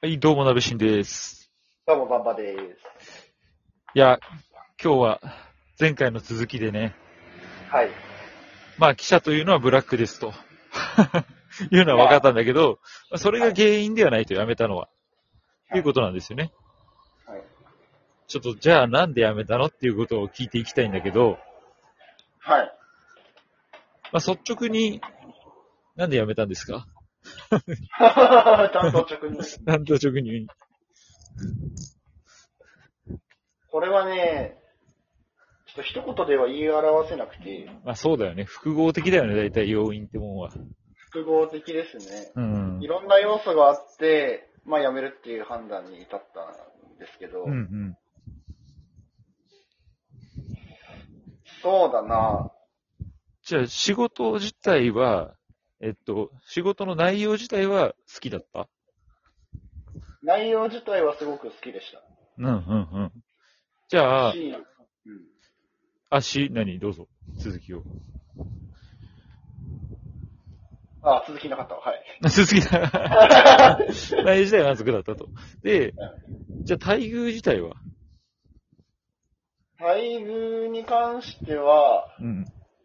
はい、どうも、なべしんです。 どうも、バンバです。 いや、今日は前回の続きでね、 はい。 まあ記者というのはブラックですというのは分かったんまあ、 だけど、それがはい。 原因ではないとやめたのは、とはい。 いうことなんですよね。 はい。 ちょっとじゃあなんでやめたのっていうことを聞いていきたいんだけど、 はい。 まあ、率直になんでやめたんですか？ 担当直入。 なんと直入に。 これはね、ちょっと一言では言い表せなくて、 まあそうだよね。複合的だよね、大体要因ってもんは。 複合的ですね。 うん。 いろんな要素があって、まあ辞めるっていう判断に至ったんですけうんうど、 ん。 そうだな。 じゃあ仕事自体は、仕事の内容自体は好きだった？ 内容自体はすごく好きでした。 うんうんうん。じゃあ、 し、うん。 何どうぞ。続きを。 あ、続きなかったわ。はい。 続きだ。内容自体は満足だったと。で、じゃあ待遇自体は？ 待遇に関しては、 うん。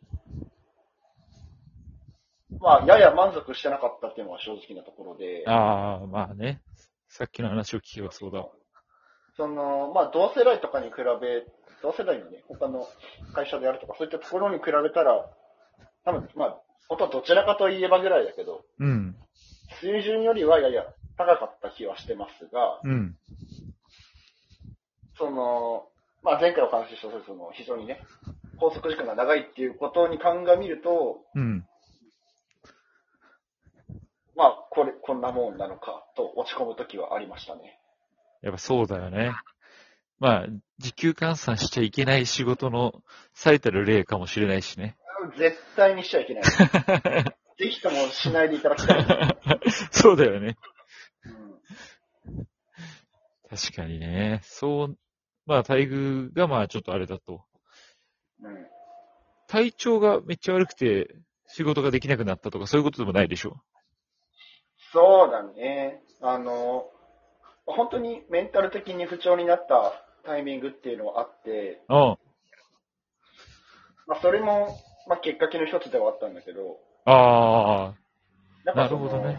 まあ、やや満足してなかったっていうのが正直なところで、 ああ、まあね。さっきの話を聞けばそうだ。 まあ、同世代とかに比べ、同世代のね、他の会社であるとか、そういったところに比べたら、多分、まあ、本当はどちらかといえばぐらいだけど、 うん。 水準よりはやや高かった気はしてますが、 うん。 まあ、前回お話しした、非常にね、拘束時間が長いっていうことに鑑みると、 うん。 まあ、こんなもんなのかと落ち込むときはありましたね。 やっぱそうだよね。まあ、時給換算しちゃいけない仕事の最たる例かもしれないしね。 絶対にしちゃいけないです。ぜひともしないでいただきたいです。 そうだよね。 うん。 確かにね。そう、まあ待遇がまあちょっとあれだと。 うん。 体調がめっちゃ悪くて仕事ができなくなったとかそういうことでもないでしょ？ そうだね。本当にメンタル的に不調になったタイミングっていうのはあって、 うん。 まあ、それも、まあ、きっかけの一つではあったんだけど、 ああ、 なんかなるほどね。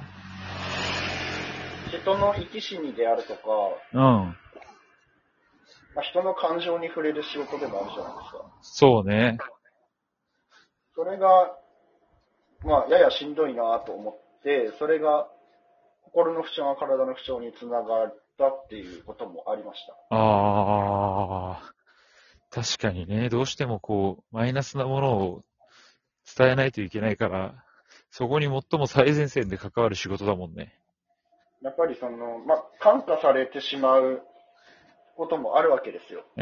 人の生き死にであるとか、 うん。 まあ、人の感情に触れる仕事でもあるじゃないですか。 そうね。 それが、まあ、ややしんどいなと思って、それが心の不調が体の不調につながったっていうこともありました。 ああ、確かにね。どうしてもこう、マイナスなものを伝えないといけないから、そこに最も最前線で関わる仕事だもんね。 やっぱりまあ、感化されてしまうこともあるわけですよ。 うん。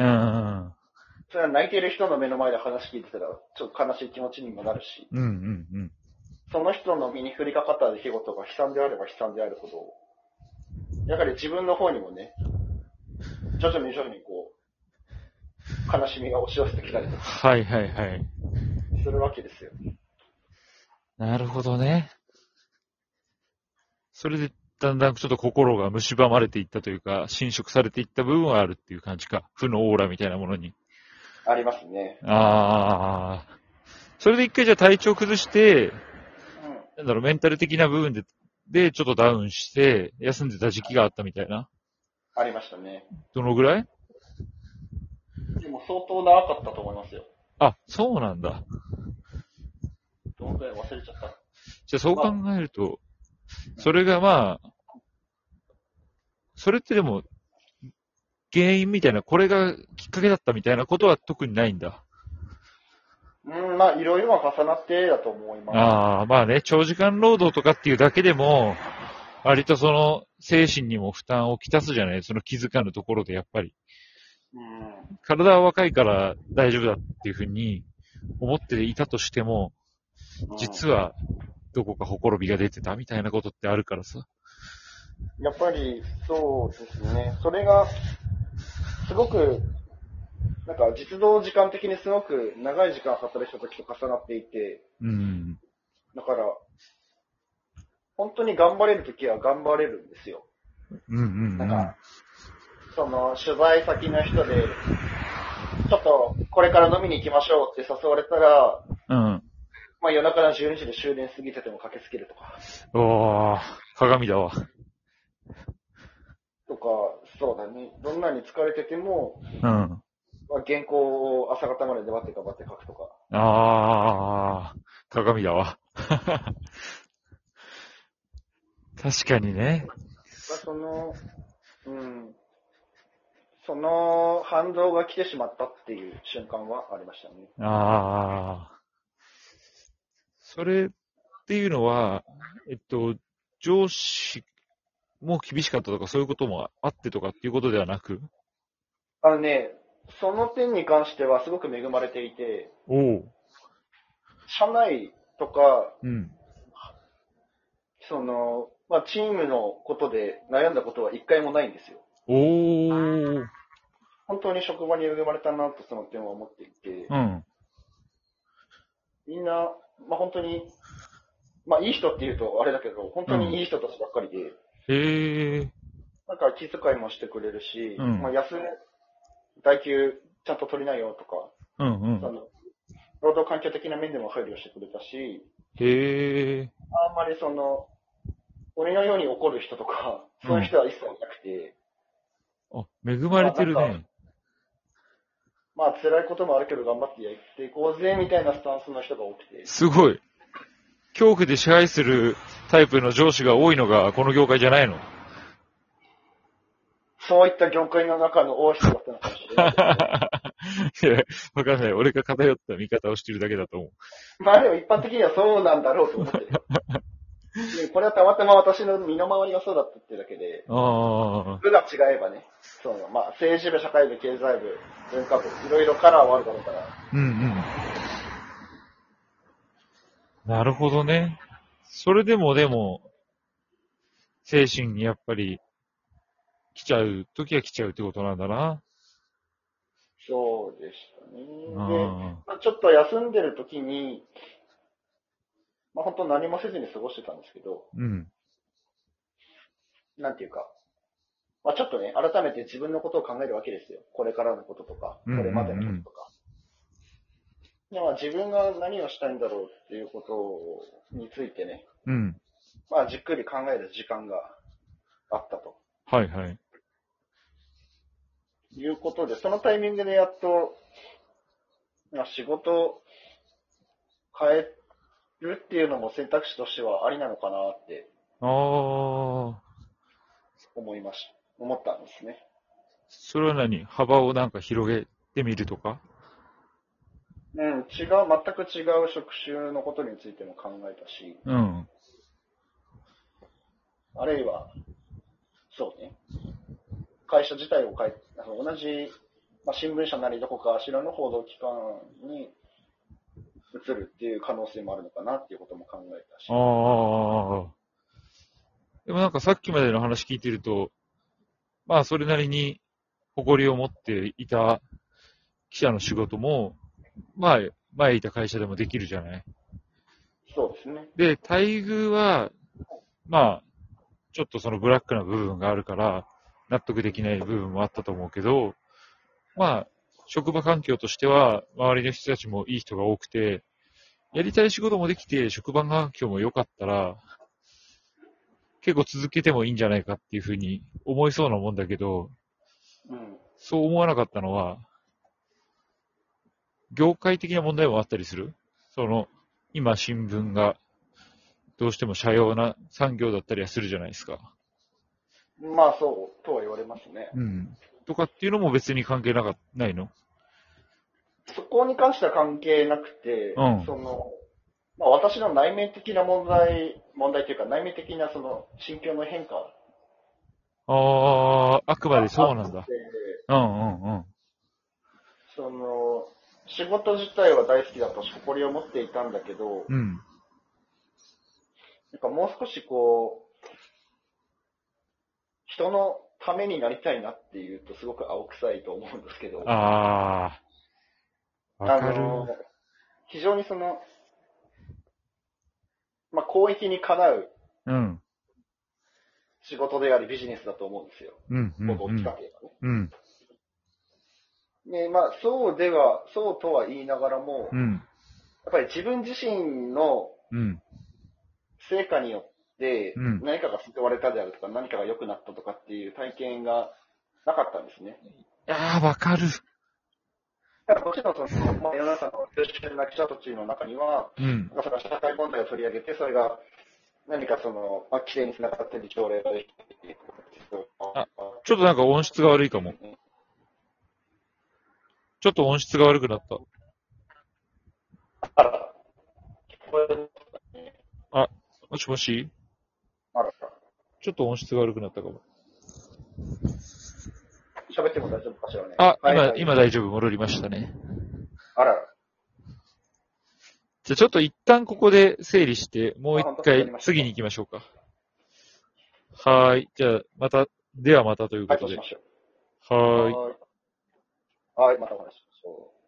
それは泣いている人の目の前で話聞いてたら、ちょっと悲しい気持ちにもなるし、 うんうんうん。 その人の身に降りかかった出来事が悲惨であれば悲惨であるほど、やはり自分の方にもね、徐々に悲しみが押し寄せてきたりとかはいはいはい。 するわけですよ。 なるほどね。それで、だんだんちょっと心が蝕まれていったというか、侵食されていった部分はあるっていう感じか。負のオーラみたいなものに。 ありますね。 ああ。それで一回じゃあ体調崩して、 うん。 なんだろう、メンタル的な部分でちょっとダウンして、休んでた時期があったみたいな。 ありましたね。 どのぐらい？ でも相当長かったと思いますよ。 あ、そうなんだ。 どのくらい忘れちゃった。 じゃあそう考まあ、 えると、それがまあ、それってでも、原因みたいな、これがきっかけだったみたいなことは特にないんだ。 うん、まあ、いろいろは重なってだと思います。 ああ、まあね、長時間労働とかっていうだけでも、割とその、精神にも負担をきたすじゃない？その気づかぬところでやっぱり。 うん。 体は若いから大丈夫だっていうふうに思っていたとしても、実うはどこかほころびが出てたみたいなことってあるからさ。 ん。やっぱり、そうですね。それが、すごく、なんか実動時間的にすごく長い時間働いた時と重なっていて、 うん。 だから、本当に頑張れる時は頑張れるんですよ。 うんうんうん。 なんか、その、取材先の人で、ちょっと、これから飲みに行きましょうって誘われたら、 うん。 まあ夜中の12時で終電過ぎてても駆けつけるとか、 おー、鏡だわ。 そうだね。どんなに疲れてても、 うん。 まあ、原稿を朝方まで粘って頑張って書くとか。 鏡だわ。確かにね。 まあ、うん、その反動が来てしまったっていう瞬間はありましたね。 ああ。それっていうのは、上司も厳しかったとかそういうこともあってとかっていうことではなく。 あのね、その点に関してはすごく恵まれていて、 おお。 社内とか、 うん。 まあ、チームのことで悩んだことは一回もないんですよ。 おー。 本当に職場に恵まれたなとその点は思っていて、 うん。 みんな、まあ、本当に、まあ、いい人って言うとあれだけど、本当にうん。 いい人たちばっかりで、 へえ。 なんか気遣いもしてくれるし、まあ、 うん。 代休ちゃんと取りなよとか、 うんうん。 その、労働環境的な面でも配慮してくれたし、 へえ。 あんまり俺のように怒る人とか、 うん。 そういう人は一切いなくて、 あ、恵まれまあなんか、 てるね。 まあ辛いこともあるけど頑張ってやっていこうぜ、みたいなスタンスの人が多くて。 すごい。恐怖で支配するタイプの上司が多いのがこの業界じゃないの？ そういった業界の中の多い人だったのかもしれないですね。 いや、わかんない。俺が偏った見方をしてるだけだと思まあでも一般的にはそうなんだろうと思ってるよ。でこれはたまたま私の身の回りがそうだったっていうだけで、 う。ああ。 部が違えばね、まあ政治部、社会部、経済部、文化部、いろいろカラーはあるだろうから。 うんうん。なるほどね。それでも、精神にやっぱり来ちゃう、時は来ちゃうってことなんだな。 そうでしたね。で、 ああ。 まあ、ちょっと休んでる時に、まあ本当何もせずに過ごしてたんですけど、 うん。 なんていうか、まあちょっとね、改めて自分のことを考えるわけですよ。これからのこととか、 うんうこれまでのことんとか。でまあ自分が何をしたいんだろうっていうことについてね、 うん。うん。 まあじっくり考える時間があったとはいはい。 いうことで、そのタイミングでやっと、まあ仕事を変えるっていうのも選択肢としてはありなのかなってああ。 思ったんですね。 それは何？幅をなんか広げてみるとか？ うん、全く違う職種のことについても考えたし、 うん。 あるいは、そうね、会社自体を変え、同じ、まあ、新聞社なりどこかしらの報道機関に移るっていう可能性もあるのかなっていうことも考えたし。 ああ。でもなんかさっきまでの話聞いてると、まあそれなりに誇りを持っていた記者の仕事も、まあ前いた会社でもできるじゃない。 そうですね。 で、待遇は、まあ、ちょっとそのブラックな部分があるから、納得できない部分もあったと思うけど、まあ、職場環境としては、周りの人たちもいい人が多くて、やりたい仕事もできて、職場環境も良かったら、結構続けてもいいんじゃないかっていうふうに思いそうなもんだけど、 うん。 そう思わなかったのは、業界的な問題もあったりする？今新聞がどうしても社用な産業だったりはするじゃないですか。 まあそう、とは言われますね。 うん。とかっていうのも別に関係ないの？ そこに関しては関係なくて、 うん。 まあ私の内面的な問題というか内面的な心境の変化あくまでがあっそうなんだ。 て、 うんうんうん。 その、仕事自体は大好きだったし、誇りを持っていたんだけど、 うん。 なんかもう少しこう、人のためになりたいなっていうとすごく青臭いと思うんですけど、 あわあかる。 の、非常にまあ、公益にかなううん。 仕事でありビジネスだと思うんですよ。 うん。うん。 どっちかというとね。 うん。 で、まあ、そうとは言いながらも、 うん。 やっぱり自分自身のうん。 成果によってうん何かが救われたであるとか、何かが良くなったとかっていう体験がなかったんですね。 いやー、わかる。 だからもちろんまあ、世の中の優秀な記者たちの中には、 うん。 その社会問題を取り上げて、それが何かまあ、規制につながったり、条例ができていくあ、ちょっとなんか音質が悪いかも。ちょっと音質が悪くなった。 あら、聞こえるあ、もしもしあら、 ちょっと音質が悪くなったかも。 喋っても大丈夫かしらね。 あ、 はいはい、 今大丈夫、戻りましたね。 あら、 じゃあちょっと一旦ここで整理して、もう一あ本当回わかりました次に行きましょうか。はーい。じゃあまた、ではまたというはい、 ことで。 そうしましょう。 はーい。 はい。はい、またお話ししましょう。